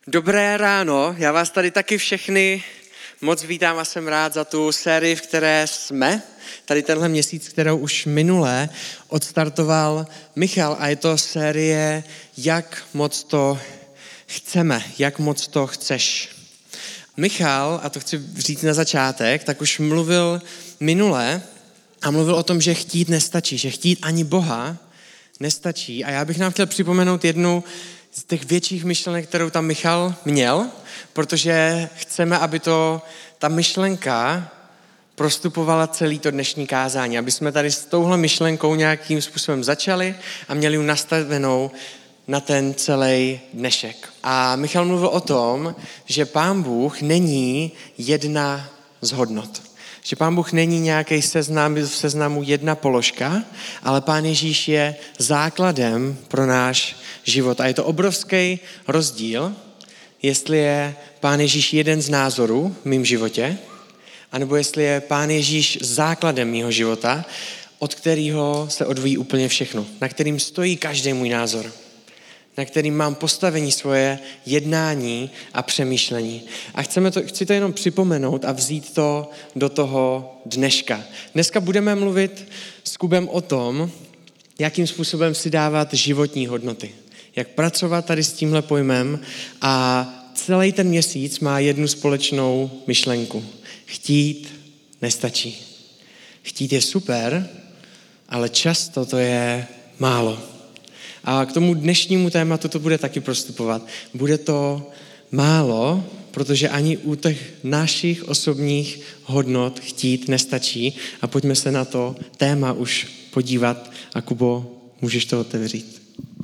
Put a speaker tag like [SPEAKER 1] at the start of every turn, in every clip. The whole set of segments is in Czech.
[SPEAKER 1] Dobré ráno, já vás tady taky všechny moc vítám a jsem rád za tu sérii, v které jsme. Tady tenhle měsíc, kterou už minule odstartoval Michal a je to série Jak moc to chceme, jak moc to chceš. Michal, a to chci říct na začátek, tak už mluvil minule a mluvil o tom, že chtít nestačí, že chtít ani Boha nestačí. A já bych nám chtěl připomenout jednu z těch větších myšlenek, kterou tam Michal měl, protože chceme, aby ta myšlenka prostupovala celý to dnešní kázání, aby jsme tady s touhle myšlenkou nějakým způsobem začali a měli ji nastavenou na ten celý dnešek. A Michal mluvil o tom, že Pán Bůh není jedna z hodnot. Že Pán Bůh není nějaký v seznamu jedna položka, ale Pán Ježíš je základem pro náš život. A je to obrovský rozdíl, jestli je Pán Ježíš jeden z názorů v mém životě, anebo jestli je Pán Ježíš základem mýho života, od kterého se odvíjí úplně všechno, na kterým stojí každý můj názor, na kterým mám postavení svoje jednání a přemýšlení. A chci to jenom připomenout a vzít to do toho dneška. Dneska budeme mluvit s Kubem o tom, jakým způsobem si dávat životní hodnoty. Jak pracovat tady s tímhle pojmem a celý ten měsíc má jednu společnou myšlenku. Chtít nestačí. Chtít je super, ale často to je málo. A k tomu dnešnímu tématu to bude taky prostupovat. Bude to málo, protože ani u těch našich osobních hodnot chtít nestačí. A pojďme se na to téma už podívat. A Kubo, můžeš to otevřít.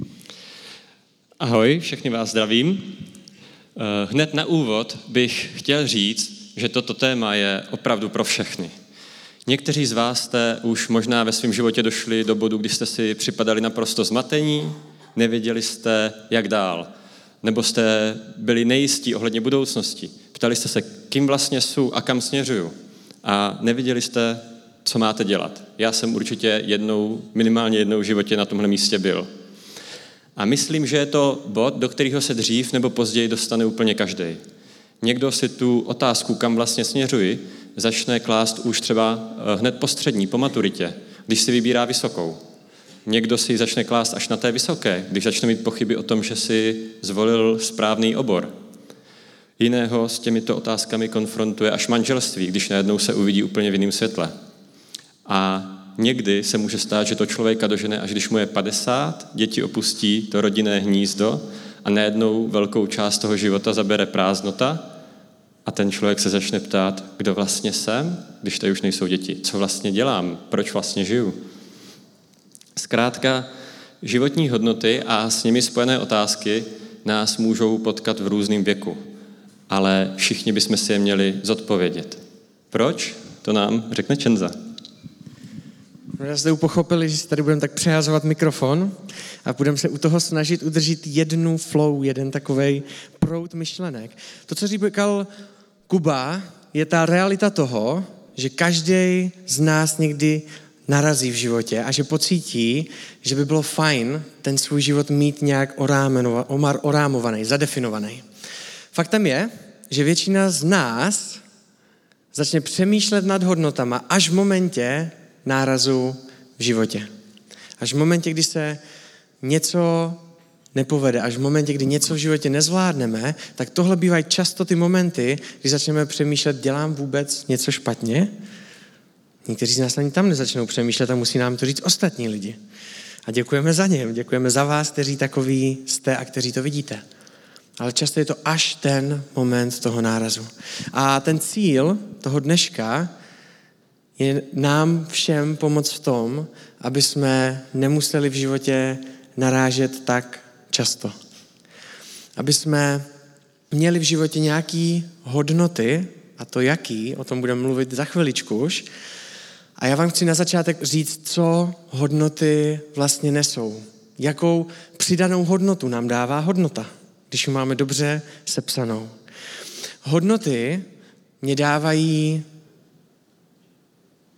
[SPEAKER 2] Ahoj, všechny vás zdravím. Hned na úvod bych chtěl říct, že toto téma je opravdu pro všechny. Někteří z vás jste už možná ve svém životě došli do bodu, kdy jste si připadali naprosto zmatení, nevěděli jste, jak dál, nebo jste byli nejistí ohledně budoucnosti. Ptali jste se, kým vlastně jsou a kam směřuju a nevěděli jste, co máte dělat. Já jsem určitě minimálně jednou v životě na tomhle místě byl. A myslím, že je to bod, do kterého se dřív nebo později dostane úplně každý. Někdo si tu otázku, kam vlastně směřuji, začne klást už třeba hned po střední, po maturitě, když si vybírá vysokou. Někdo si ji začne klást až na té vysoké, když začne mít pochyby o tom, že si zvolil správný obor. Jiného s těmito otázkami konfrontuje až manželství, když najednou se uvidí úplně v jiném světle. A někdy se může stát, že to člověka dožene, až když mu je 50, děti opustí to rodinné hnízdo a najednou velkou část toho života zabere prázdnota a ten člověk se začne ptát, kdo vlastně jsem, když tady už nejsou děti, co vlastně dělám, proč vlastně žiju. Zkrátka, životní hodnoty a s nimi spojené otázky nás můžou potkat v různém věku, ale všichni bychom si je měli zodpovědět. Proč? To nám řekne Čenza.
[SPEAKER 1] Já jste pochopili, že si tady budeme tak přehazovat mikrofon a budeme se u toho snažit udržet jednu flow, jeden takovej proud myšlenek. To, co říkal Kuba, je ta realita toho, že každý z nás někdy narazí v životě a že pocítí, že by bylo fajn ten svůj život mít nějak orámovaný, zadefinovaný. Faktem je, že většina z nás začne přemýšlet nad hodnotama až v momentě nárazu v životě. Až v momentě, kdy se něco nepovede, až v momentě, kdy něco v životě nezvládneme, tak tohle bývají často ty momenty, kdy začneme přemýšlet, dělám vůbec něco špatně? Někteří z nás ani tam nezačnou přemýšlet a musí nám to říct ostatní lidi. A děkujeme za ně, děkujeme za vás, kteří takový jste a kteří to vidíte. Ale často je to až ten moment toho nárazu. A ten cíl toho dneška je nám všem pomoct v tom, aby jsme nemuseli v životě narážet tak často. Aby jsme měli v životě nějaké hodnoty, a to jaký, o tom budeme mluvit za chviličku už. A já vám chci na začátek říct, co hodnoty vlastně nesou. Jakou přidanou hodnotu nám dává hodnota, když ji máme dobře sepsanou. Hodnoty mě dávají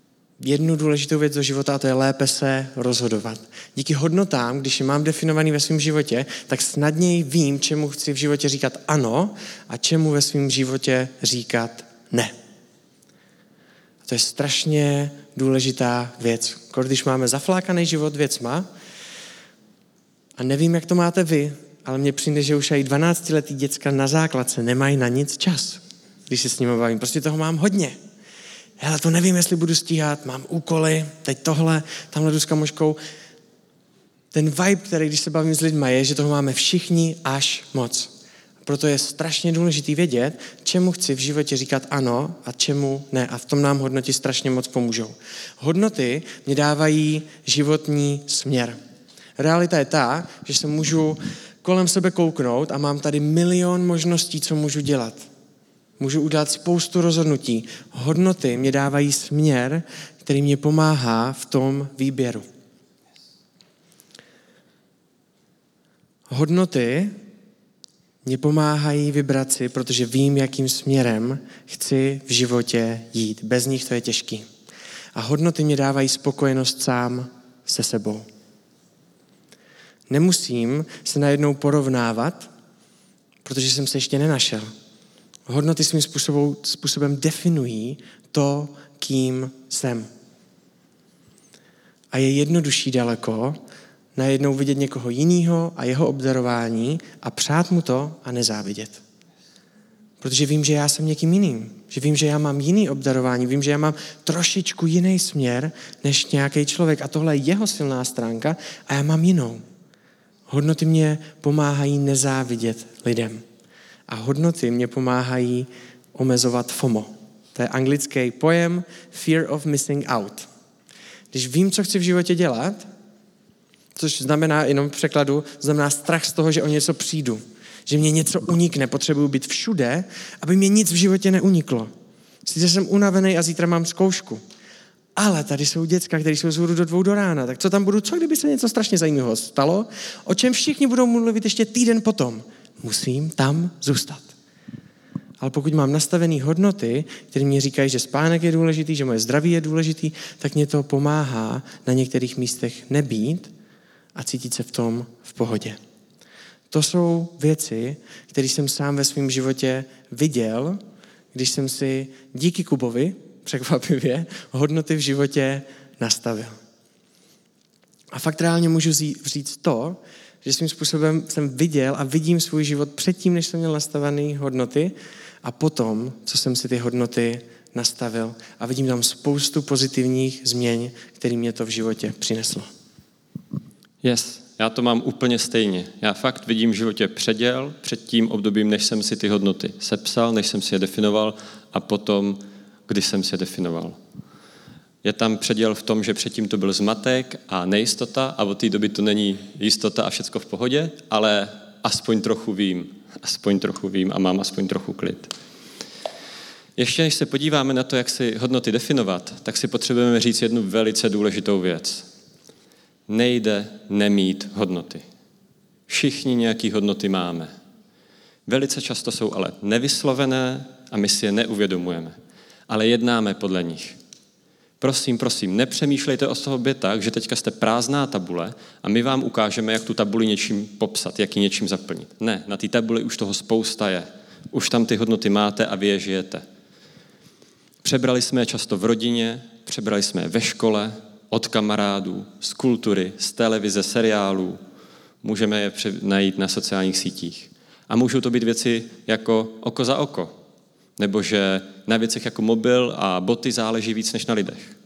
[SPEAKER 1] jednu důležitou věc do života, a to je lépe se rozhodovat. Díky hodnotám, když je mám definovaný ve svém životě, tak snadněji vím, čemu chci v životě říkat ano a čemu ve svém životě říkat ne. A to je strašně důležitá věc. Když máme zaflákaný život věcma, a nevím, jak to máte vy, ale mně přijde, že už i 12letý děcka na základce nemají na nic čas, když se s nimi bavím. Prostě toho mám hodně. Hele, to nevím, jestli budu stíhat, mám úkoly, teď tohle, tamhle jdu s kamoškou. Ten vibe, který když se bavím s lidma, je, že toho máme všichni až moc. Proto je strašně důležitý vědět, čemu chci v životě říkat ano a čemu ne. A v tom nám hodnoty strašně moc pomůžou. Hodnoty mě dávají životní směr. Realita je ta, že se můžu kolem sebe kouknout a mám tady milion možností, co můžu dělat. Můžu udělat spoustu rozhodnutí. Hodnoty mě dávají směr, který mě pomáhá v tom výběru. Hodnoty mě pomáhají vybrat si, protože vím, jakým směrem chci v životě jít. Bez nich to je těžký. A hodnoty mě dávají spokojenost sám se sebou. Nemusím se najednou porovnávat, protože jsem se ještě nenašel. Hodnoty svým způsobem definují to, kým jsem. A je jednodušší daleko najednou vidět někoho jiného a jeho obdarování a přát mu to a nezávidět. Protože vím, že já jsem někým jiným. Že vím, že já mám jiný obdarování. Vím, že já mám trošičku jiný směr než nějaký člověk. A tohle je jeho silná stránka a já mám jinou. Hodnoty mě pomáhají nezávidět lidem. A hodnoty mě pomáhají omezovat FOMO. To je anglický pojem Fear of Missing Out. Když vím, co chci v životě dělat, což znamená, jenom v překladu, znamená strach z toho, že o něco přijdu. Že mě něco unikne, potřebuju být všude, aby mě nic v životě neuniklo. Sice jsem unavený a zítra mám zkoušku. Ale tady jsou děcka, kteří jsou z hůru do 2 do rána. Tak co tam budu, co kdyby se něco strašně zajímavého stalo, o čem všichni budou mluvit ještě týden potom. Musím tam zůstat. Ale pokud mám nastavené hodnoty, které mě říkají, že spánek je důležitý, že moje zdraví je důležitý, tak mě to pomáhá na některých místech nebýt a cítit se v tom v pohodě. To jsou věci, které jsem sám ve svém životě viděl, když jsem si díky Kubovi, překvapivě, hodnoty v životě nastavil. A fakt reálně můžu říct to, že svým způsobem jsem viděl a vidím svůj život předtím, než jsem měl nastavené hodnoty a potom, co jsem si ty hodnoty nastavil a vidím tam spoustu pozitivních změn, které mě to v životě přineslo.
[SPEAKER 2] Yes, já to mám úplně stejně. Já fakt vidím v životě předěl před tím obdobím, než jsem si ty hodnoty sepsal, než jsem si je definoval a potom, když jsem si je definoval. Je tam předěl v tom, že předtím to byl zmatek a nejistota a od té doby to není jistota a všecko v pohodě, ale aspoň trochu vím a mám aspoň trochu klid. Ještě než se podíváme na to, jak si hodnoty definovat, tak si potřebujeme říct jednu velice důležitou věc. Nejde nemít hodnoty. Všichni nějaký hodnoty máme. Velice často jsou ale nevyslovené a my si je neuvědomujeme. Ale jednáme podle nich. Prosím, nepřemýšlejte o sobě tak, že teďka jste prázdná tabule a my vám ukážeme, jak tu tabuli něčím popsat, jak ji něčím zaplnit. Ne, na té tabuli už toho spousta je. Už tam ty hodnoty máte a vy je žijete. Přebrali jsme je často v rodině, přebrali jsme je ve škole, od kamarádů, z kultury, z televize, seriálů. Můžeme je najít na sociálních sítích. A můžou to být věci jako oko za oko. Nebo že na věcech jako mobil a boty záleží víc než na lidech.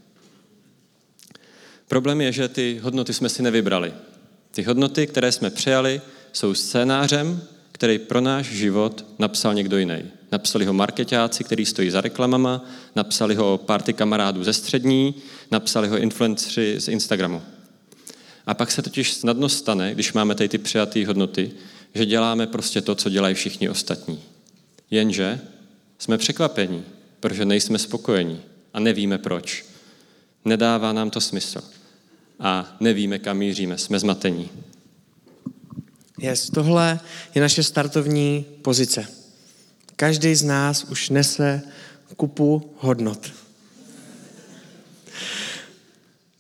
[SPEAKER 2] Problém je, že ty hodnoty jsme si nevybrali. Ty hodnoty, které jsme přijali, jsou scénářem, který pro náš život napsal někdo jiný. Napsali ho markeťáci, kteří stojí za reklamama, napsali ho party kamarádů ze střední, napsali ho influenceri z Instagramu. A pak se totiž snadno stane, když máme tady ty přijaté hodnoty, že děláme prostě to, co dělají všichni ostatní. Jenže jsme překvapení, protože nejsme spokojení a nevíme proč. Nedává nám to smysl a nevíme, kam míříme, jsme zmatení.
[SPEAKER 1] Tohle je naše startovní pozice. Každý z nás už nese kupu hodnot.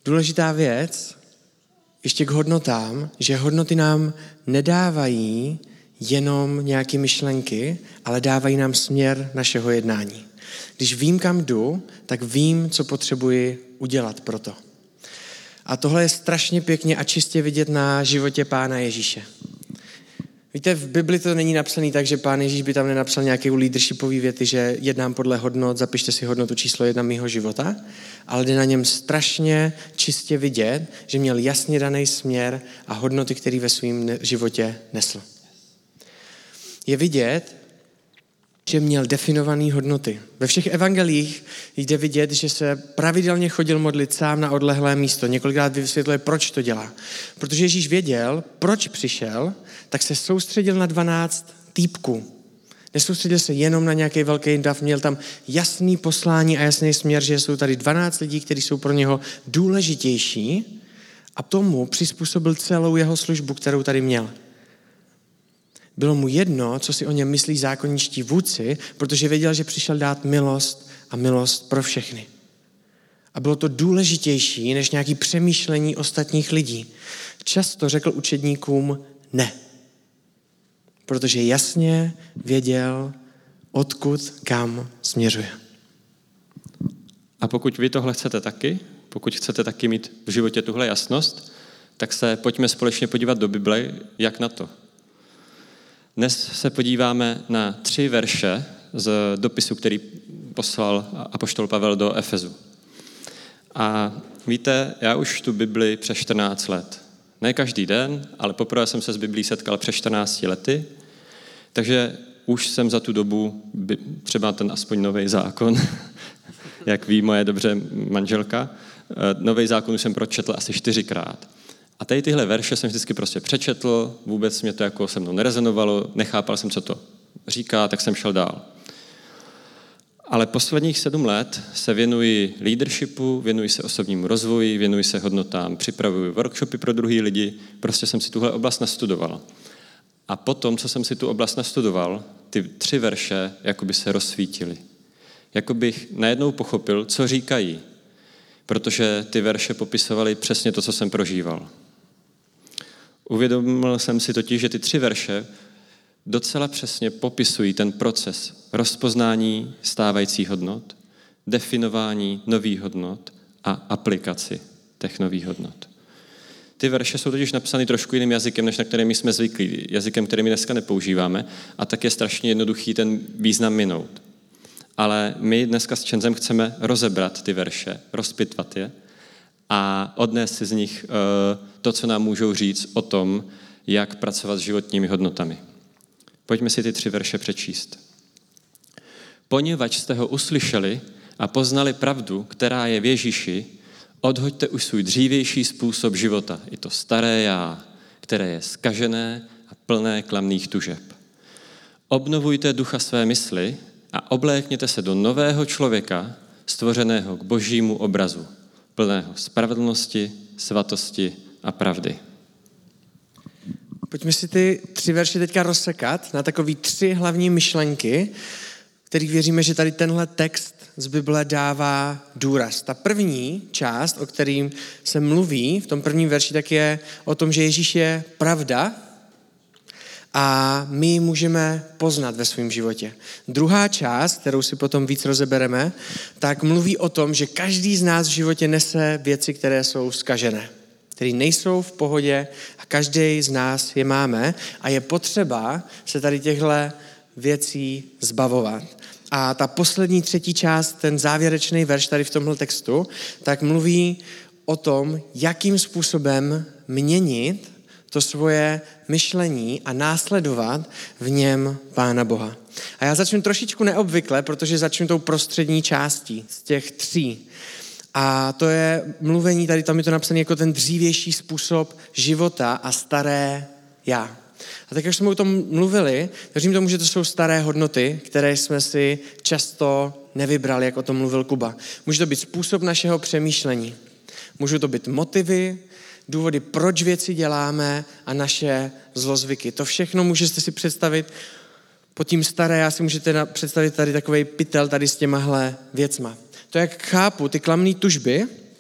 [SPEAKER 1] důležitá věc, ještě k hodnotám, že hodnoty nám nedávají jenom nějaké myšlenky, ale dávají nám směr našeho jednání. Když vím, kam jdu, tak vím, co potřebuji udělat pro to. A tohle je strašně pěkně a čistě vidět na životě Pána Ježíše. Víte, v Bibli to není napsané tak, že Pán Ježíš by tam nenapsal nějaké leadershipový věty, že jednám podle hodnot, zapište si hodnotu číslo 1 mýho života, ale jde na něm strašně čistě vidět, že měl jasně daný směr a hodnoty, které ve svém životě nesl. Je vidět, že měl definované hodnoty. Ve všech evangelích jde vidět, že se pravidelně chodil modlit sám na odlehlé místo. Několikrát vysvětluje, proč to dělá. Protože Ježíš věděl, proč přišel, tak se soustředil na 12 týpků. Nesoustředil se jenom na nějaký velký dav, měl tam jasný poslání a jasný směr, že jsou tady 12 lidí, kteří jsou pro něho důležitější a tomu přizpůsobil celou jeho službu, kterou tady měl. Bylo mu jedno, co si o něm myslí zákonničtí vůdci, protože věděl, že přišel dát milost a milost pro všechny. A bylo to důležitější než nějaké přemýšlení ostatních lidí. Často řekl učedníkům ne, protože jasně věděl, odkud kam směřuje.
[SPEAKER 2] A pokud vy tohle chcete taky, pokud chcete taky mít v životě tuhle jasnost, tak se pojďme společně podívat do Bible, jak na to. Dnes se podíváme na 3 verše z dopisu, který poslal apoštol Pavel do Efezu. A víte, já už tu Bibli přes 14 let. Ne každý den, ale poprvé jsem se s Biblí setkal přes 14 lety, takže už jsem za tu dobu, třeba ten aspoň nový zákon, jak ví moje dobře manželka, nový zákon už jsem pročetl asi 4krát. A tady tyhle verše jsem vždycky prostě přečetl, vůbec mě to jako se mnou nerezonovalo, nechápal jsem, co to říká, tak jsem šel dál. Ale posledních 7 let se věnuji leadershipu, věnuji se osobnímu rozvoji, věnuji se hodnotám, připravuji workshopy pro druhý lidi, prostě jsem si tuhle oblast nastudoval. A potom, co jsem si tu oblast nastudoval, ty 3 verše jakoby se rozsvítily. Jakobych najednou pochopil, co říkají, protože ty verše popisovaly přesně to, co jsem prožíval. Uvědomil jsem si totiž, že ty 3 verše docela přesně popisují ten proces rozpoznání stávajících hodnot, definování nových hodnot a aplikaci těch nových hodnot. Ty verše jsou totiž napsány trošku jiným jazykem, než na kterým jsme zvyklí, jazykem, který my dneska nepoužíváme, a tak je strašně jednoduchý ten význam minout. Ale my dneska s Čenzem chceme rozebrat ty verše, rozpitvat je a odnést si z nich to, co nám můžou říct o tom, jak pracovat s životními hodnotami. Pojďme si ty 3 verše přečíst. Poněvadž jste ho uslyšeli a poznali pravdu, která je v Ježíši, odhoďte už svůj dřívější způsob života, i to staré já, které je zkažené a plné klamných tužeb. Obnovujte ducha své mysli a oblékněte se do nového člověka, stvořeného k božímu obrazu, plného spravedlnosti, svatosti a pravdy.
[SPEAKER 1] Pojďme si ty 3 verše teďka rozsekat na takový 3 hlavní myšlenky, kterých věříme, že tady tenhle text z Bible dává důraz. Ta první část, o kterým se mluví v tom prvním verši, tak je o tom, že Ježíš je pravda a my ji můžeme poznat ve svém životě. Druhá část, kterou si potom víc rozebereme, tak mluví o tom, že každý z nás v životě nese věci, které jsou zkažené, které nejsou v pohodě a každý z nás je máme a je potřeba se tady těchto věcí zbavovat. A ta poslední 3. část, ten závěrečný verš tady v tomhle textu, tak mluví o tom, jakým způsobem měnit to svoje myšlení a následovat v něm Pána Boha. A já začnu trošičku neobvykle, protože začnu tou prostřední částí z těch 3. A to je mluvení, tady tam je to napsané jako ten dřívější způsob života a staré já. A tak, jak jsme o tom mluvili, věřím tomu, že to jsou staré hodnoty, které jsme si často nevybrali, jak o tom mluvil Kuba. Může to být způsob našeho přemýšlení. Můžou to být motivy, důvody, proč věci děláme a naše zlozvyky. To všechno můžete si představit pod tím staré, já si můžete představit tady takovej pytel tady s těmahle věcma. To, jak chápu, ty klamné tužby,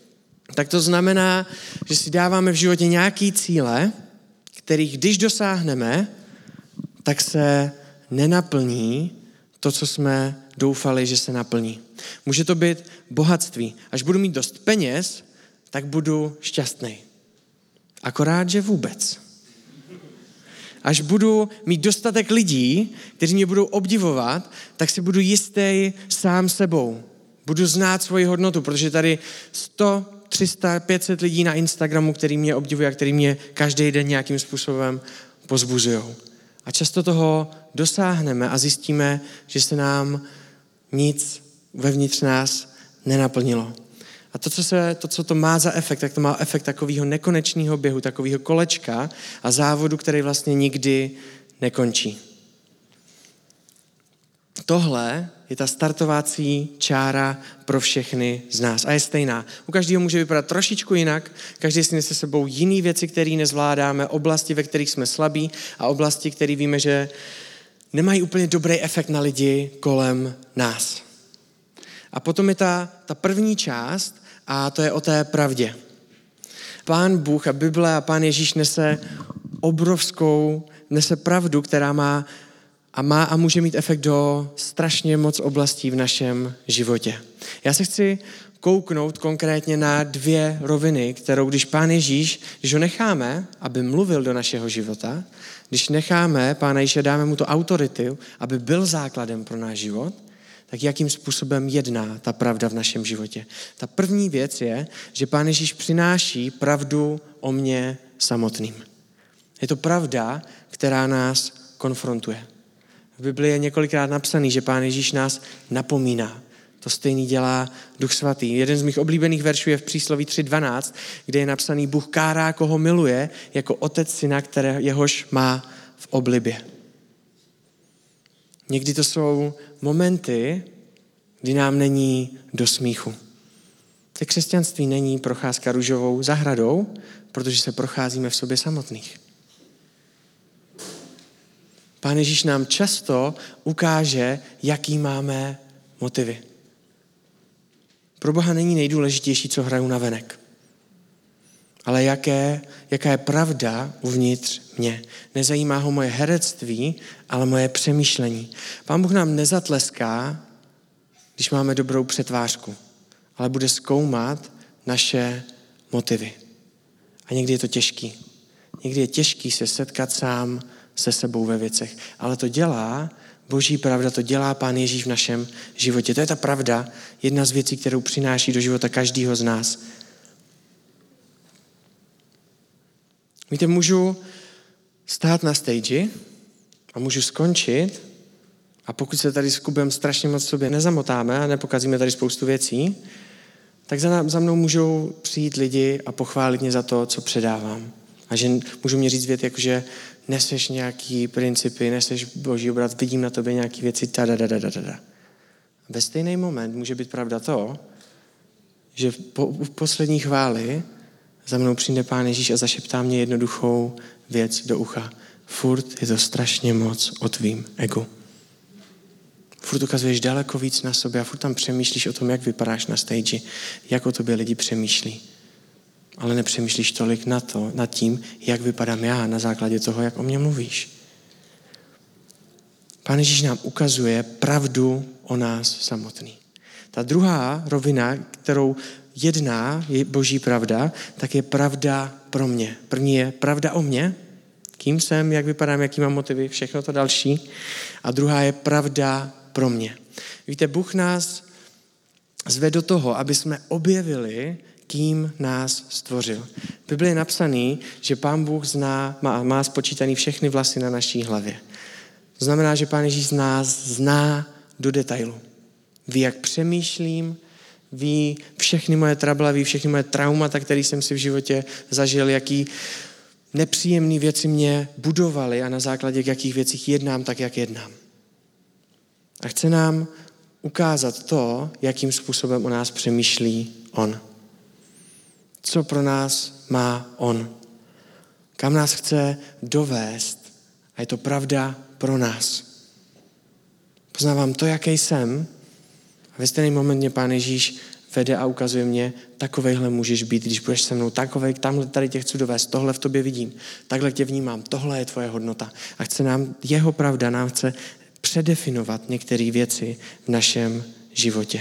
[SPEAKER 1] tak to znamená, že si dáváme v životě nějaký cíle, kterých když dosáhneme, tak se nenaplní to, co jsme doufali, že se naplní. Může to být bohatství. Až budu mít dost peněz, tak budu šťastný. Akorát, že vůbec. Až budu mít dostatek lidí, kteří mě budou obdivovat, tak si budu jistý sám sebou. Budu znát svoji hodnotu, protože tady 100, 300, 500 lidí na Instagramu, který mě obdivují a který mě každý den nějakým způsobem pozbuzují. A často toho dosáhneme a zjistíme, že se nám nic vevnitř nás nenaplnilo. A to, co to má za efekt, tak to má efekt takového nekonečného běhu, takového kolečka a závodu, který vlastně nikdy nekončí. Tohle je ta startovací čára pro všechny z nás. A je stejná. U každého může vypadat trošičku jinak. Každý si nese sebou jiné věci, které nezvládáme, oblasti, ve kterých jsme slabí a oblasti, které víme, že nemají úplně dobrý efekt na lidi kolem nás. A potom je ta první část a to je o té pravdě. Pán Bůh a Bible a Pán Ježíš nese pravdu, která má a může mít efekt do strašně moc oblastí v našem životě. Já se chci kouknout konkrétně na 2 roviny, kterou když Pán Ježíš, když ho necháme, aby mluvil do našeho života, když necháme Pána Ježíše, dáme mu to autoritu, aby byl základem pro náš život, tak jakým způsobem jedná ta pravda v našem životě. Ta první věc je, že Pán Ježíš přináší pravdu o mně samotným. Je to pravda, která nás konfrontuje. V Biblii je několikrát napsaný, že Pán Ježíš nás napomíná. To stejný dělá Duch Svatý. Jeden z mých oblíbených veršů je v Přísloví 3.12, kde je napsaný: Bůh kárá, koho miluje, jako otec syna, jehož má v oblibě. Někdy to jsou momenty, kdy nám není do smíchu. To křesťanství není procházka růžovou zahradou, protože se procházíme v sobě samotných. Pán Ježíš nám často ukáže, jaký máme motivy. Pro Boha není nejdůležitější, co hraju navenek, ale jaká je pravda uvnitř mě. Nezajímá ho moje herectví, ale moje přemýšlení. Pán Bůh nám nezatleská, když máme dobrou přetvářku, ale bude zkoumat naše motivy. A někdy je to těžký. Někdy je těžký se setkat sám se sebou ve věcech. Ale to dělá Boží pravda, to dělá Pán Ježíš v našem životě. To je ta pravda, jedna z věcí, kterou přináší do života každého z nás. Víte, můžu stát na stage a můžu skončit a pokud se tady s Kubem strašně moc sobě nezamotáme a nepokazíme tady spoustu věcí, tak za mnou můžou přijít lidi a pochválit mě za to, co předávám. A že můžu mě říct věc, jakože neseš nějaký principy, neseš Boží obraz, vidím na tobě nějaké věci, Ve stejný moment může být pravda to, že v poslední chváli za mnou přijde Pán Ježíš a zašeptá mě jednoduchou věc do ucha. Furt je to strašně moc o tvým egu. Furt ukazuješ daleko víc na sobě a furt tam přemýšlíš o tom, jak vypadáš na stage, jak o tobě lidi přemýšlí. Ale nepřemýšlíš tolik nad tím, jak vypadám já na základě toho, jak o mě mluvíš. Pán Ježíš nám ukazuje pravdu o nás samotný. Ta druhá rovina, kterou jedná je Boží pravda, tak je pravda pro mě. První je pravda o mě, kým jsem, jak vypadám, jaký mám motivy, všechno to další. A druhá je pravda pro mě. Víte, Bůh nás zve do toho, aby jsme objevili, kým nás stvořil. V Biblii je napsaný, že Pán Bůh má spočítaný všechny vlasy na naší hlavě. To znamená, že Pán Ježíš nás zná do detailu. Ví, jak přemýšlím, ví všechny moje trable, ví všechny moje traumata, které jsem si v životě zažil, jaký nepříjemné věci mě budovaly a na základě jakých věcích jednám tak, jak jednám. A chce nám ukázat to, jakým způsobem o nás přemýšlí on. Co pro nás má on. Kam nás chce dovést. A je to pravda pro nás. Poznávám to, jaký jsem. A ve stejný moment mě Pán Ježíš vede a ukazuje mě, takovejhle můžeš být, když budeš se mnou, takovej, tamhle tady tě chci dovést, tohle v tobě vidím, takhle tě vnímám, tohle je tvoje hodnota. A chce nám, jeho pravda nám chce předefinovat některé věci v našem životě.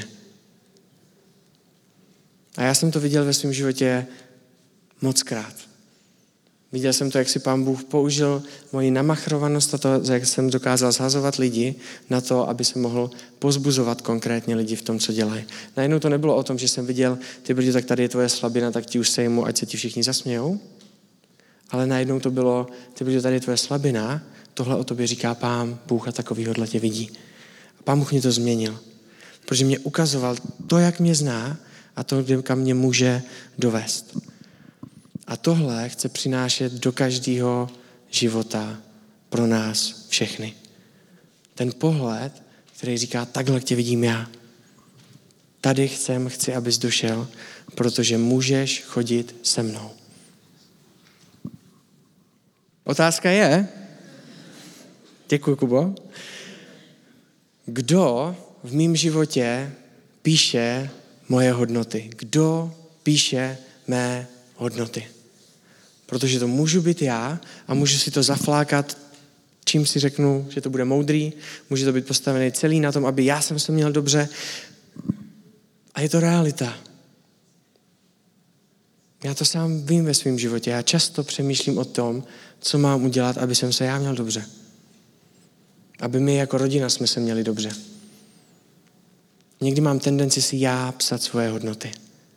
[SPEAKER 1] A já jsem to viděl ve svém životě mockrát. Viděl jsem to, jak si Pán Bůh použil moji namachrovanost a to, jak jsem dokázal zhazovat lidi na to, aby se mohl pozbuzovat konkrétně lidi v tom, co dělají. Najednou to nebylo o tom, že jsem viděl, ty brďo, tak tady je tvoje slabina, tak ti už sejmu, ať se ti všichni zasmějou. Ale najednou to bylo, ty brďo, tady je tvoje slabina, tohle o tobě říká Pán Bůh a takovýhodle tě vidí. A Pán Bůh mě to změnil, protože mě ukazoval to, jak mě zná a to, kam mě může dovést. A tohle chce přinášet do každého života pro nás všechny. Ten pohled, který říká, takhle tě vidím já. Tady chci, abys došel, protože můžeš chodit se mnou. Otázka je, děkuji, Kubo, kdo v mém životě píše moje hodnoty? Kdo píše mé hodnoty? Protože to můžu být já a můžu si to zaflákat, čím si řeknu, že to bude moudrý, může to být postavený celý na tom, aby já jsem se měl dobře. A je to realita. Já to sám vím ve svém životě. Já často přemýšlím o tom, co mám udělat, aby jsem se já měl dobře. Aby my jako rodina jsme se měli dobře. Někdy mám tendenci si já psat svoje hodnoty.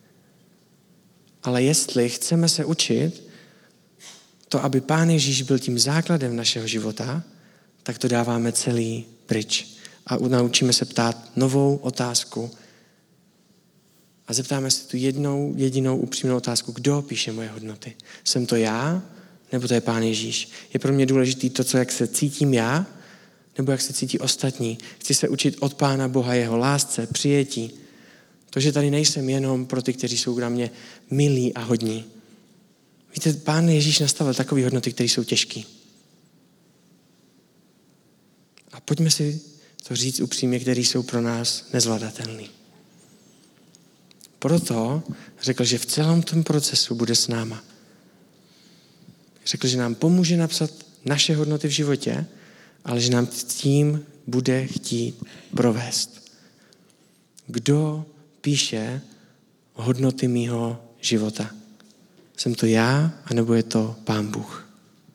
[SPEAKER 1] Ale jestli chceme se učit to, aby Pán Ježíš byl tím základem našeho života, tak to dáváme celý pryč. A naučíme se ptát novou otázku. A zeptáme se tu jednou jedinou upřímnou otázku, kdo píše moje hodnoty? Jsem to já, nebo to je Pán Ježíš? Je pro mě důležitý to, jak se cítím já, nebo jak se cítí ostatní? Chci se učit od Pána Boha, jeho lásce, přijetí. To, že tady nejsem jenom pro ty, kteří jsou na mě milí a hodní. Víte, Pán Ježíš nastavil takové hodnoty, které jsou těžké. A pojďme si to říct upřímně, které jsou pro nás nezvladatelné. Proto řekl, že v celém tom procesu bude s náma. Řekl, že nám pomůže napsat naše hodnoty v životě, ale že nám tím bude chtít provést. Kdo píše hodnoty mýho života? Jsem to já, anebo je to Pán Bůh?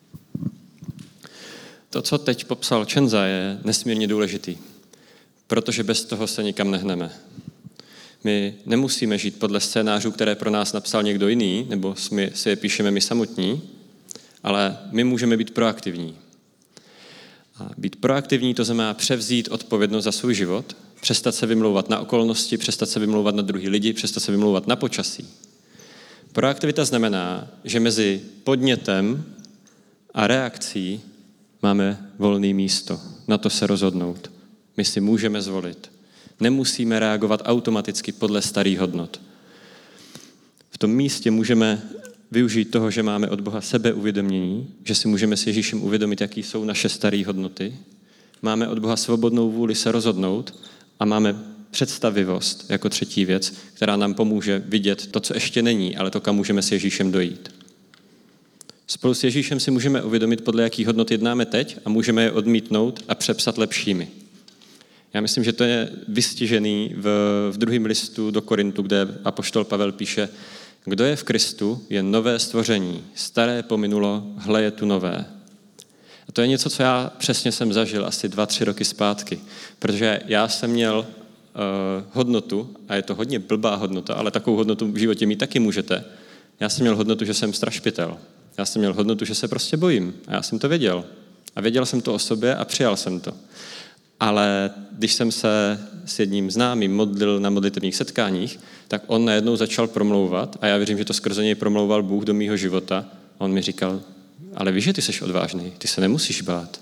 [SPEAKER 2] To, co teď popsal Čenza, je nesmírně důležitý, protože bez toho se nikam nehneme. My nemusíme žít podle scénářů, které pro nás napsal někdo jiný, nebo si je píšeme my samotní, ale my můžeme být proaktivní. A být proaktivní, to znamená převzít odpovědnost za svůj život, přestat se vymlouvat na okolnosti, přestat se vymlouvat na druhý lidi, přestat se vymlouvat na počasí. Proaktivita znamená, že mezi podnětem a reakcí máme volné místo. Na to se rozhodnout. My si můžeme zvolit. Nemusíme reagovat automaticky podle starých hodnot. V tom místě můžeme využít toho, že máme od Boha sebeuvědomění, že si můžeme s Ježíšem uvědomit, jaký jsou naše staré hodnoty. Máme od Boha svobodnou vůli se rozhodnout a máme představivost jako třetí věc, která nám pomůže vidět to, co ještě není, ale to, kam můžeme s Ježíšem dojít. Spolu s Ježíšem si můžeme uvědomit, podle jakých hodnot jednáme teď a můžeme je odmítnout a přepsat lepšími. Já myslím, že to je vystižený v druhém listu do Korintu, kde apoštol Pavel píše, kdo je v Kristu, je nové stvoření, staré pominulo, hle je tu nové. A to je něco, co já přesně jsem zažil asi 2-3 roky zpátky, protože já jsem měl hodnotu, a je to hodně blbá hodnota, ale takovou hodnotu v životě mít taky můžete. Já jsem měl hodnotu, že jsem strašpitel. Já jsem měl hodnotu, že se prostě bojím. A já jsem to věděl. A věděl jsem to o sobě a přijal jsem to. Ale když jsem se s jedním známým modlil na modlitevních setkáních, tak on najednou začal promlouvat a já věřím, že to skrze něj promlouval Bůh do mýho života. A on mi říkal, ale víš, že ty jsi odvážný, ty se nemusíš bát.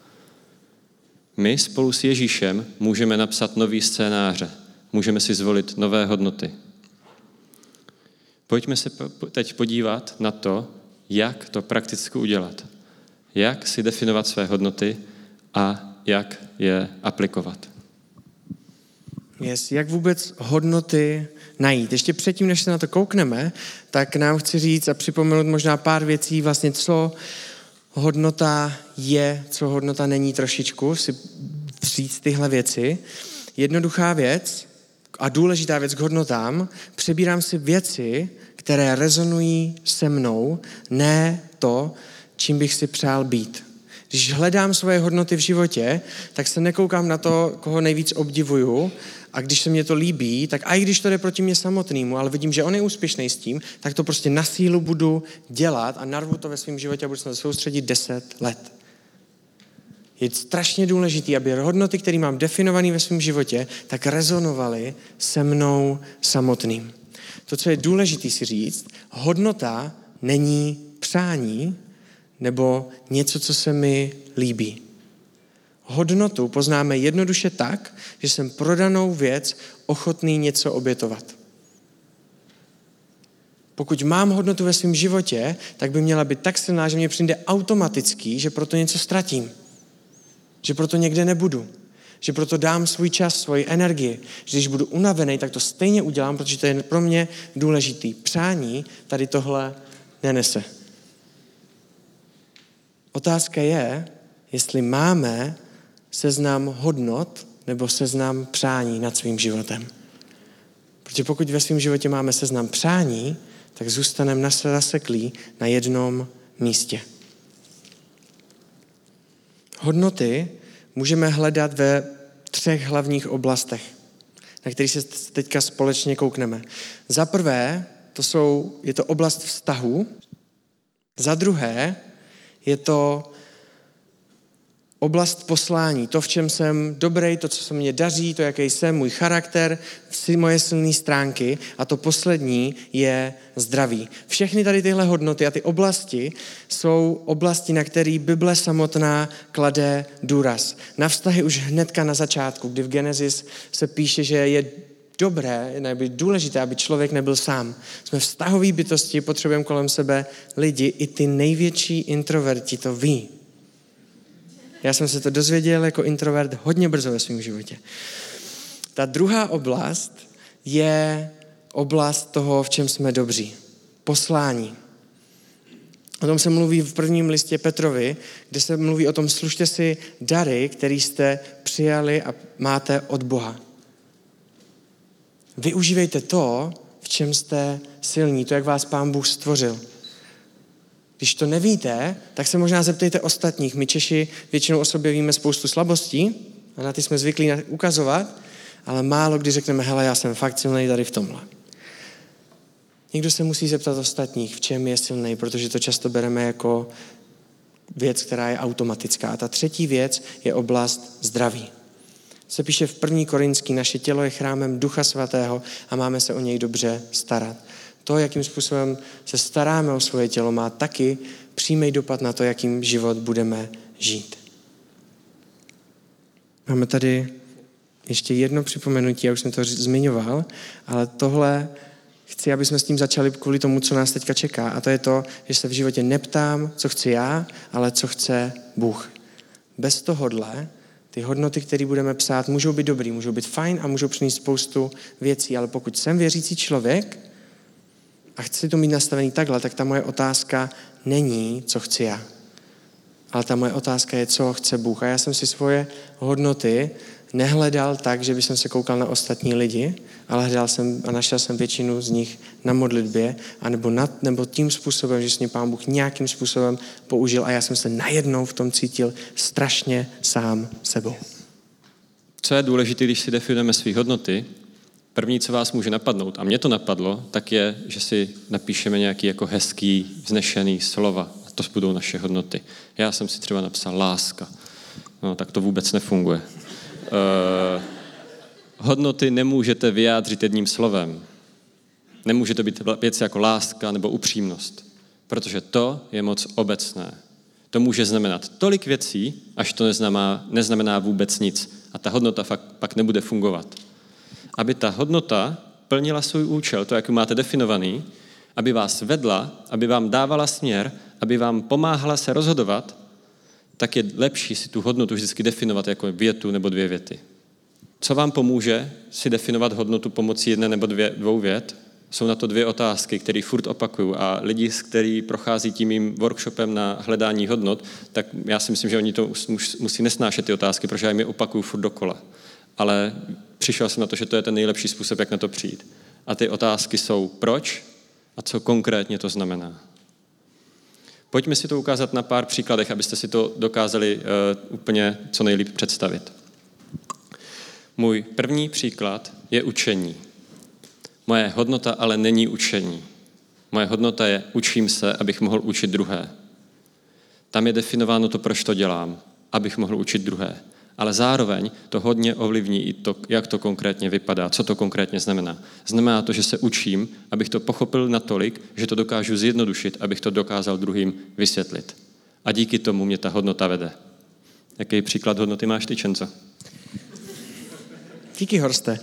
[SPEAKER 2] My spolu s Ježíšem můžeme napsat nový scénáře, můžeme si zvolit nové hodnoty. Pojďme se teď podívat na to, jak to prakticky udělat. Jak si definovat své hodnoty a jak je aplikovat.
[SPEAKER 1] Jak vůbec hodnoty najít. Ještě předtím, než se na to koukneme, tak nám chci říct a připomenout možná pár věcí, vlastně co hodnota je, co hodnota není trošičku, si říct tyhle věci. Jednoduchá věc a důležitá věc k hodnotám, přebírám si věci, které rezonují se mnou, ne to, čím bych si přál být. Když hledám svoje hodnoty v životě, tak se nekoukám na to, koho nejvíc obdivuju, a když se mně to líbí, tak i když to jde proti mě samotnému, ale vidím, že on je úspěšný s tím, tak to prostě na sílu budu dělat a narvu to ve svém životě a budu se na to soustředit 10 let. Je strašně důležité, aby hodnoty, které mám definované ve svém životě, tak rezonovaly se mnou samotným. To, co je důležité si říct, hodnota není přání nebo něco, co se mi líbí. Hodnotu poznáme jednoduše tak, že jsem pro danou věc ochotný něco obětovat. Pokud mám hodnotu ve svém životě, tak by měla být tak silná, že mě přijde automatický, že proto něco ztratím. Že proto někde nebudu. Že proto dám svůj čas, svoji energii. Že když budu unavený, tak to stejně udělám, protože to je pro mě důležitý. Přání tady tohle nenese. Otázka je, jestli máme seznam hodnot nebo seznam přání nad svým životem. Protože pokud ve svém životě máme seznam přání, tak zůstaneme zaseklí na jednom místě. Hodnoty můžeme hledat ve 3 hlavních oblastech, na kterých se teďka společně koukneme. Za prvé, je to oblast vztahů. Za druhé, je to oblast poslání, to, v čem jsem dobrý, to, co se mě daří, to, jaký jsem, můj charakter, moje silné stránky a to poslední je zdraví. Všechny tady tyhle hodnoty a ty oblasti jsou oblasti, na které Bible samotná klade důraz. Na vztahy už hnedka na začátku, kdy v Genesis se píše, že je dobré, nebo důležité, aby člověk nebyl sám. Jsme vztahový bytosti, potřebujeme kolem sebe lidi, i ty největší introverti to ví. Já jsem se to dozvěděl jako introvert hodně brzo ve svém životě. Ta druhá oblast je oblast toho, v čem jsme dobří. Poslání. O tom se mluví v prvním listě Petrovi, kde se mluví o tom, služte si dary, které jste přijali a máte od Boha. Využívejte to, v čem jste silní, to, jak vás Pán Bůh stvořil. Když to nevíte, tak se možná zeptejte ostatních. My Češi většinou o sobě víme spoustu slabostí a na ty jsme zvyklí ukazovat, ale málo kdy řekneme, hele, já jsem fakt silný tady v tomhle. Někdo se musí zeptat ostatních, v čem je silný, protože to často bereme jako věc, která je automatická. A ta třetí věc je oblast zdraví. Se píše v 1. Korinský, naše tělo je chrámem Ducha Svatého a máme se o něj dobře starat. To, jakým způsobem se staráme o svoje tělo, má taky přímý dopad na to, jakým život budeme žít. Máme tady ještě jedno připomenutí, já už jsem to zmiňoval, ale tohle chci, aby jsme s tím začali kvůli tomu, co nás teďka čeká. A to je to, že se v životě neptám, co chci já, ale co chce Bůh. Bez tohodle ty hodnoty, které budeme psát, můžou být dobrý, můžou být fajn a můžou přinést spoustu věcí, ale pokud jsem věřící člověk a chci to mít nastavený takhle, tak ta moje otázka není, co chci já. Ale ta moje otázka je, co chce Bůh. A já jsem si svoje hodnoty nehledal tak, že bych se koukal na ostatní lidi, ale hledal jsem a našel jsem většinu z nich na modlitbě, nebo tím způsobem, že s ním Pán Bůh nějakým způsobem použil a já jsem se najednou v tom cítil strašně sám sebou.
[SPEAKER 2] Co je důležité, když si definujeme své hodnoty, první, co vás může napadnout, a mě to napadlo, tak je, že si napíšeme nějaký jako hezký, vznešený slova. A to budou naše hodnoty. Já jsem si třeba napsal láska. No, tak to vůbec nefunguje. Hodnoty nemůžete vyjádřit jedním slovem. Nemůže to být věc jako láska nebo upřímnost, protože to je moc obecné. To může znamenat tolik věcí, až to neznamená vůbec nic. A ta hodnota pak nebude fungovat. Aby ta hodnota plnila svůj účel, to, jak ji máte definovaný, aby vás vedla, aby vám dávala směr, aby vám pomáhala se rozhodovat, tak je lepší si tu hodnotu vždycky definovat jako větu nebo 2 věty. Co vám pomůže si definovat hodnotu pomocí jedné nebo dvou vět? Jsou na to 2 otázky, které furt opakuju a lidi, kteří prochází tím mým workshopem na hledání hodnot, tak já si myslím, že oni to musí nesnášet ty otázky, protože já jim je opakuju furt dokola. Ale přišel jsem na to, že to je ten nejlepší způsob, jak na to přijít. A ty otázky jsou proč a co konkrétně to znamená. Pojďme si to ukázat na pár příkladech, abyste si to dokázali úplně co nejlíp představit. Můj první příklad je učení. Moje hodnota ale není učení. Moje hodnota je učím se, abych mohl učit druhé. Tam je definováno to, proč to dělám, abych mohl učit druhé. Ale zároveň to hodně ovlivní i to, jak to konkrétně vypadá, co to konkrétně znamená. Znamená to, že se učím, abych to pochopil natolik, že to dokážu zjednodušit, abych to dokázal druhým vysvětlit. A díky tomu mě ta hodnota vede. Jaký příklad hodnoty máš ty, Čenco?
[SPEAKER 1] Díky, Horste.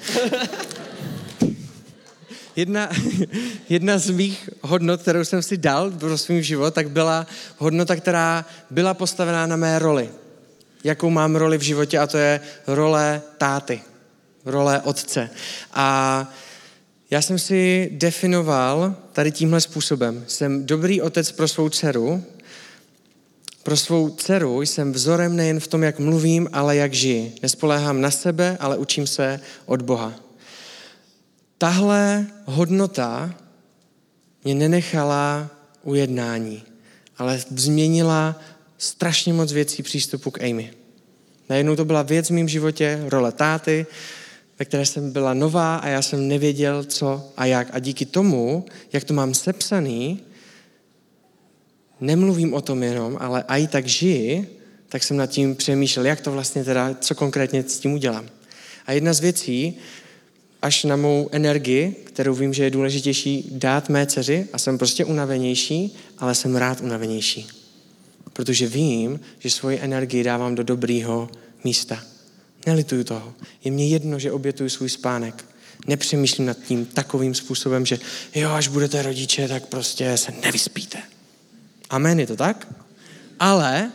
[SPEAKER 1] Jedna z mých hodnot, kterou jsem si dal pro svůj život, tak byla hodnota, která byla postavená na mé roli. Jakou mám roli v životě, a to je role táty, role otce. A já jsem si definoval tady tímhle způsobem. Jsem dobrý otec pro svou dceru. Pro svou dceru jsem vzorem nejen v tom, jak mluvím, ale jak žiji. Nespoléhám na sebe, ale učím se od Boha. Tahle hodnota mě nenechala u jednání, ale změnila strašně moc věcí přístupu k Amy. Najednou to byla věc v mém životě, role táty, ve které jsem byla nová a já jsem nevěděl, co a jak. A díky tomu, jak to mám sepsaný, nemluvím o tom jenom, ale i tak žiji, tak jsem nad tím přemýšlel, jak to vlastně teda, co konkrétně s tím udělám. A jedna z věcí, až na mou energii, kterou vím, že je důležitější dát mé dceři, a jsem prostě unavenější, ale jsem rád unavenější. Protože vím, že svoji energii dávám do dobrýho místa. Nelituju toho. Je mně jedno, že obětuju svůj spánek. Nepřemýšlím nad tím takovým způsobem, že jo, až budete rodiče, tak prostě se nevyspíte. Amen, je to tak? Ale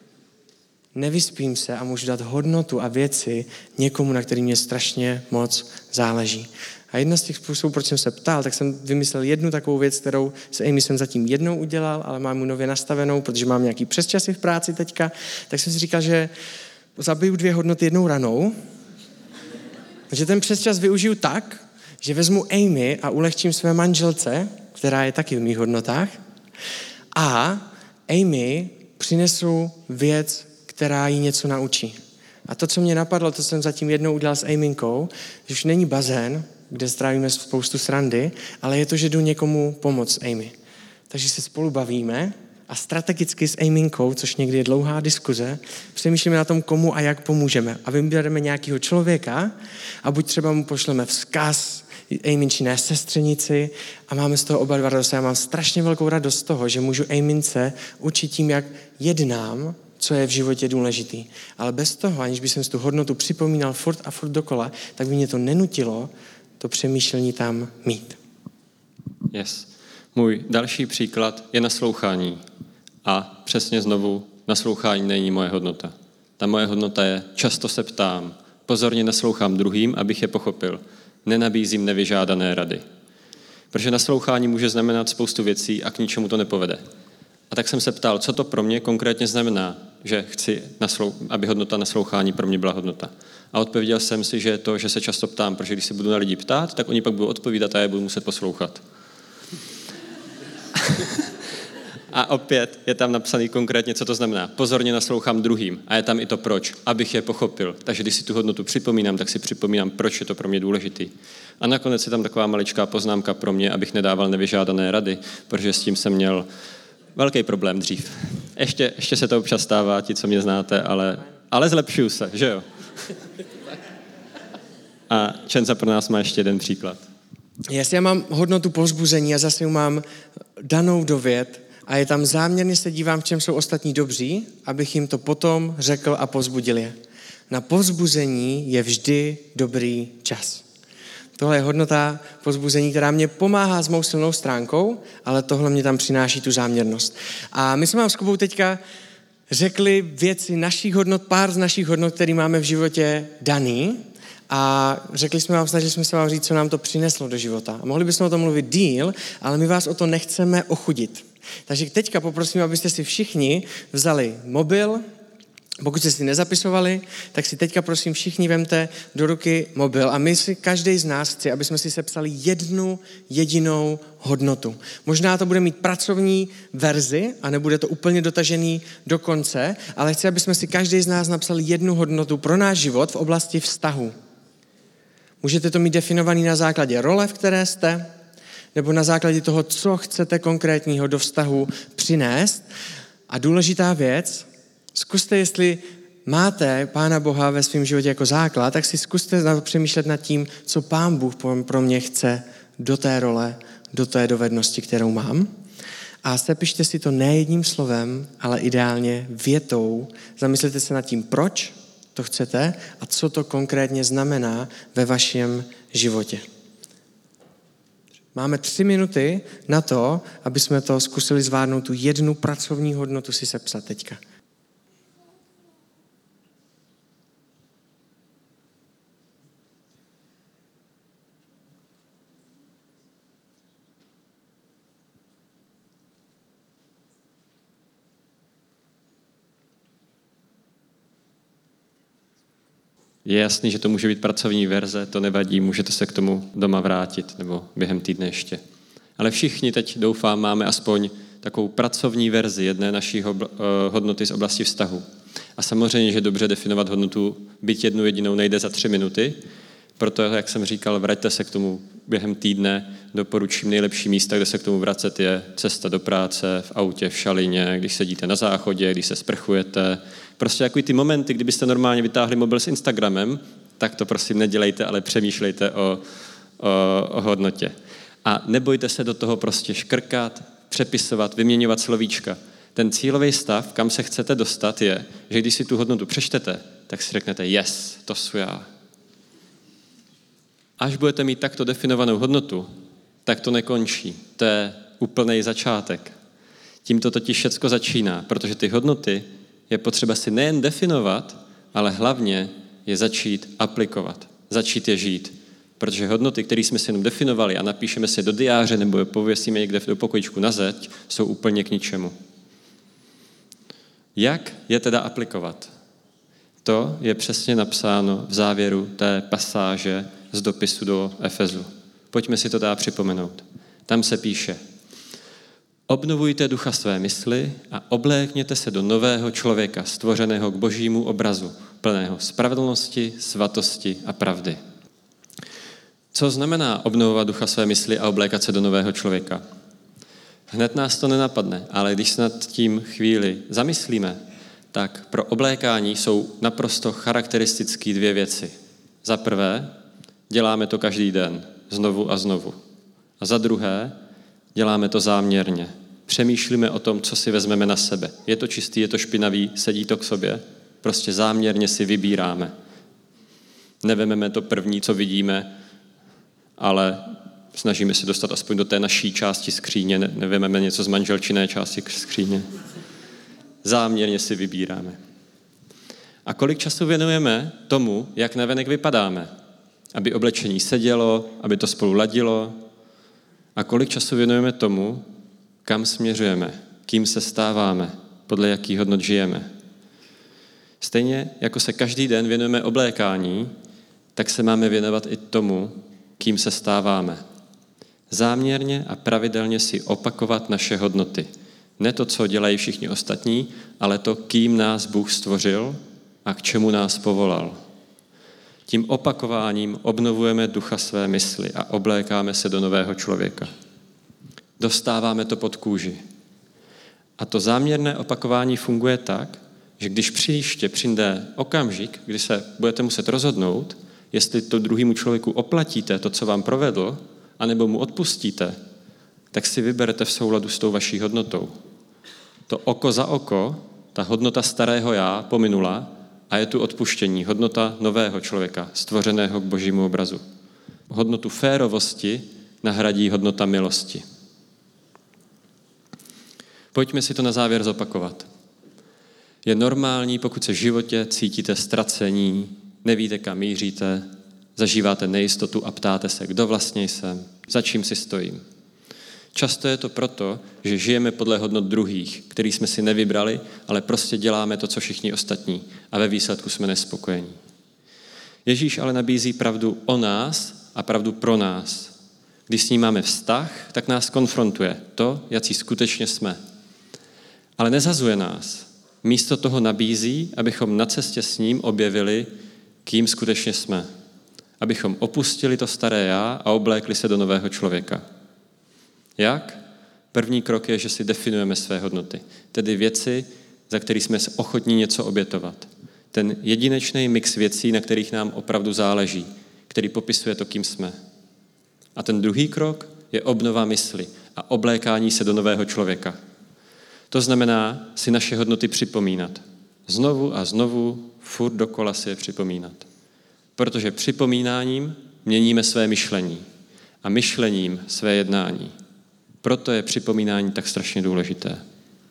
[SPEAKER 1] nevyspím se a můžu dát hodnotu a věci někomu, na který mě strašně moc záleží. A jedna z těch způsobů, proč jsem se ptal, tak jsem vymyslel jednu takovou věc, kterou s Amy jsem zatím jednou udělal, ale mám mu nově nastavenou, protože mám nějaký přesčasy v práci teďka, tak jsem si říkal, že zabiju 2 hodnoty jednou ranou, že ten přesčas využiju tak, že vezmu Amy a ulehčím své manželce, která je taky v mých hodnotách, a Amy přinesu věc, která jí něco naučí. A to, co mě napadlo, to jsem zatím jednou udělal s Aminkou, že už není bazén, kde strávíme spoustu srandy, ale je to, že jdu někomu pomoct Amy. Takže se spolu bavíme a strategicky s Aminkou, což někdy je dlouhá diskuze, přemýšlíme na tom, komu a jak pomůžeme. A vybereme nějakého člověka a buď třeba mu pošleme vzkaz, Aminčiné sestřenici, a máme z toho oba 2 radost. Já mám strašně velkou radost z toho, že můžu Amince učit tím, jak jednám, co je v životě důležitý. Ale bez toho, aniž bych si tu hodnotu připomínal furt a furt dokola, tak by mě to nenutilo to přemýšlení tam mít.
[SPEAKER 2] Yes. Můj další příklad je naslouchání. A přesně znovu, naslouchání není moje hodnota. Ta moje hodnota je, často se ptám, pozorně naslouchám druhým, abych je pochopil. Nenabízím nevyžádané rady. Protože naslouchání může znamenat spoustu věcí a k ničemu to nepovede. A tak jsem se ptal, co to pro mě konkrétně znamená, že chci, aby hodnota naslouchání pro mě byla hodnota. A odpověděl jsem si, že je to, že se často ptám, protože když se budu na lidi ptát, tak oni pak budou odpovídat a já budu muset poslouchat. A opět je tam napsaný konkrétně, co to znamená. Pozorně naslouchám druhým. A je tam i to proč, abych je pochopil. Takže když si tu hodnotu připomínám, tak si připomínám, proč je to pro mě důležitý. A nakonec je tam taková maličká poznámka pro mě, abych nedával nevyžádané rady, protože s tím jsem měl velký problém dřív. Ještě se to občas stává, ti, co mě znáte, ale zlepšuju se, že jo? A Čenca pro nás má ještě jeden příklad.
[SPEAKER 1] Jestli já mám hodnotu povzbuzení a zase ji mám danou do vět a je tam záměrně se dívám, v čem jsou ostatní dobří, abych jim to potom řekl a povzbudil je. Na povzbuzení je vždy dobrý čas. Tohle je hodnota povzbuzení, která mě pomáhá s mou silnou stránkou, ale tohle mě tam přináší tu záměrnost. A my jsme vám s Kubou teďka řekli věci našich hodnot, pár z našich hodnot, které máme v životě daný, a snažili jsme se vám říct, co nám to přineslo do života. A mohli bychom o tom mluvit díl, ale my vás o to nechceme ochudit. Takže teďka poprosím, abyste si všichni vzali mobil. Pokud jste si nezapisovali, tak si teďka prosím všichni vemte do ruky mobil a my si, každý z nás chci, aby jsme si sepsali jednu jedinou hodnotu. Možná to bude mít pracovní verzi a nebude to úplně dotažený do konce, ale chci, aby jsme si každý z nás napsali jednu hodnotu pro náš život v oblasti vztahu. Můžete to mít definovaný na základě role, v které jste, nebo na základě toho, co chcete konkrétního do vztahu přinést. A důležitá věc, zkuste, jestli máte Pána Boha ve svém životě jako základ, tak si zkuste přemýšlet nad tím, co Pán Bůh pro mě chce do té role, do té dovednosti, kterou mám. A sepište si to ne jedním slovem, ale ideálně větou. Zamyslete se nad tím, proč to chcete a co to konkrétně znamená ve vašem životě. Máme 3 minuty na to, aby jsme to zkusili zvládnout, tu jednu pracovní hodnotu si sepsat teďka.
[SPEAKER 2] Je jasný, že to může být pracovní verze, to nevadí, můžete se k tomu doma vrátit nebo během týdne ještě. Ale všichni teď, doufám, máme aspoň takovou pracovní verzi jedné naší hodnoty z oblasti vztahu. A samozřejmě, že dobře definovat hodnotu, byť jednu jedinou nejde za 3 minuty, proto, jak jsem říkal, vraťte se k tomu během týdne, doporučím nejlepší místa, kde se k tomu vracet je cesta do práce, v autě, v šalině, když sedíte na záchodě, když se sprchujete. Prostě jako ty momenty, kdybyste normálně vytáhli mobil s Instagramem, tak to prosím nedělejte, ale přemýšlejte o hodnotě. A nebojte se do toho prostě škrkat, přepisovat, vyměňovat slovíčka. Ten cílový stav, kam se chcete dostat, je, že když si tu hodnotu přečtete, tak si řeknete yes, to jsem já. Až budete mít takto definovanou hodnotu, tak to nekončí. To je úplný začátek. Tím to totiž všecko začíná, protože ty hodnoty je potřeba si nejen definovat, ale hlavně je začít aplikovat, začít je žít. Protože hodnoty, které jsme si jenom definovali a napíšeme si do diáře nebo je pověsíme někde do pokojičku na zeď, jsou úplně k ničemu. Jak je teda aplikovat? To je přesně napsáno v závěru té pasáže z dopisu do Efezu. Pojďme si to dát připomenout. Tam se píše: obnovujte ducha své mysli a oblékněte se do nového člověka, stvořeného k božímu obrazu, plného spravedlnosti, svatosti a pravdy. Co znamená obnovovat ducha své mysli a oblékat se do nového člověka? Hned nás to nenapadne, ale když se nad tím chvíli zamyslíme, tak pro oblékání jsou naprosto charakteristické 2 věci. Za prvé, děláme to každý den, znovu a znovu. A za druhé, děláme to záměrně. Přemýšlíme o tom, co si vezmeme na sebe. Je to čistý, je to špinavý, sedí to k sobě. Prostě záměrně si vybíráme. Nevememe to první, co vidíme, ale snažíme se dostat aspoň do té naší části skříně, nevememe něco z manželčiné části skříně. Záměrně si vybíráme. A kolik času věnujeme tomu, jak navenek vypadáme? Aby oblečení sedělo, aby to spolu ladilo. A kolik času věnujeme tomu, kam směřujeme, kým se stáváme, podle jakých hodnot žijeme. Stejně jako se každý den věnujeme oblékání, tak se máme věnovat i tomu, kým se stáváme. Záměrně a pravidelně si opakovat naše hodnoty. Ne to, co dělají všichni ostatní, ale to, kým nás Bůh stvořil a k čemu nás povolal. Tím opakováním obnovujeme ducha své mysli a oblékáme se do nového člověka. Dostáváme to pod kůži. A to záměrné opakování funguje tak, že když příště přijde okamžik, kdy se budete muset rozhodnout, jestli to druhému člověku oplatíte to, co vám provedl, anebo mu odpustíte, tak si vyberete v souladu s tou vaší hodnotou. To oko za oko, ta hodnota starého já pominula a je tu odpuštění, hodnota nového člověka, stvořeného k božímu obrazu. Hodnotu férovosti nahradí hodnota milosti. Pojďme si to na závěr zopakovat. Je normální, pokud se v životě cítíte ztracení, nevíte, kam míříte, zažíváte nejistotu a ptáte se, kdo vlastně jsem, za čím si stojím. Často je to proto, že žijeme podle hodnot druhých, který jsme si nevybrali, ale prostě děláme to, co všichni ostatní a ve výsledku jsme nespokojení. Ježíš ale nabízí pravdu o nás a pravdu pro nás. Když s ním máme vztah, tak nás konfrontuje to, jací skutečně jsme. Ale nezhazuje nás. Místo toho nabízí, abychom na cestě s ním objevili, kým skutečně jsme. Abychom opustili to staré já a oblékli se do nového člověka. Jak? První krok je, že si definujeme své hodnoty, tedy věci, za které jsme ochotní něco obětovat. Ten jedinečný mix věcí, na kterých nám opravdu záleží, který popisuje to, kým jsme. A ten druhý krok je obnova mysli a oblékání se do nového člověka. To znamená si naše hodnoty připomínat. Znovu a znovu, furt dokola si je připomínat. Protože připomínáním měníme své myšlení a myšlením své jednání. Proto je připomínání tak strašně důležité.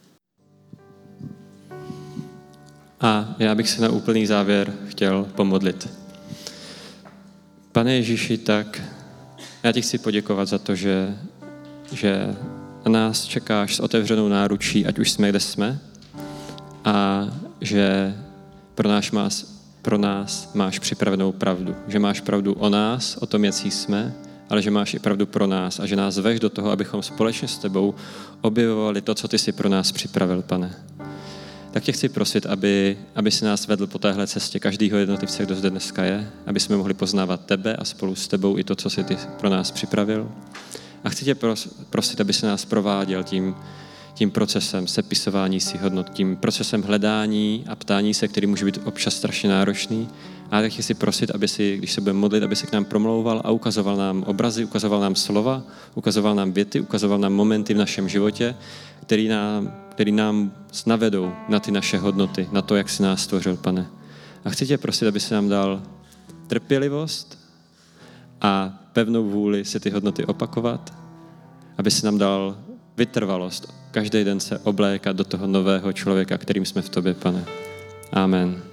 [SPEAKER 2] A já bych se na úplný závěr chtěl pomodlit. Pane Ježíši, tak já ti chci poděkovat za to, že na nás čekáš s otevřenou náručí, ať už jsme, kde jsme, a že pro nás máš připravenou pravdu. Že máš pravdu o nás, o tom, jaký jsme, ale že máš i pravdu pro nás a že nás veš do toho, abychom společně s tebou objevovali to, co ty jsi pro nás připravil, Pane. Tak tě chci prosit, aby si nás vedl po téhle cestě každýho jednotlivce, kdo zde dneska je, aby jsme mohli poznávat tebe a spolu s tebou i to, co jsi ty pro nás připravil. A chci tě prosit, aby se nás prováděl tím procesem sepisování si hodnot, tím procesem hledání a ptání se, který může být občas strašně náročný. A tak chci prosit, aby si, když se budeme modlit, aby se k nám promlouval a ukazoval nám obrazy, ukazoval nám slova, ukazoval nám věty, ukazoval nám momenty v našem životě, který nám navedou na ty naše hodnoty, na to, jak jsi nás stvořil, Pane. A chci tě prosit, aby si nám dal trpělivost a pevnou vůli si ty hodnoty opakovat, aby si nám dal vytrvalost každý den se oblékat do toho nového člověka, kterým jsme v tobě, Pane. Amen.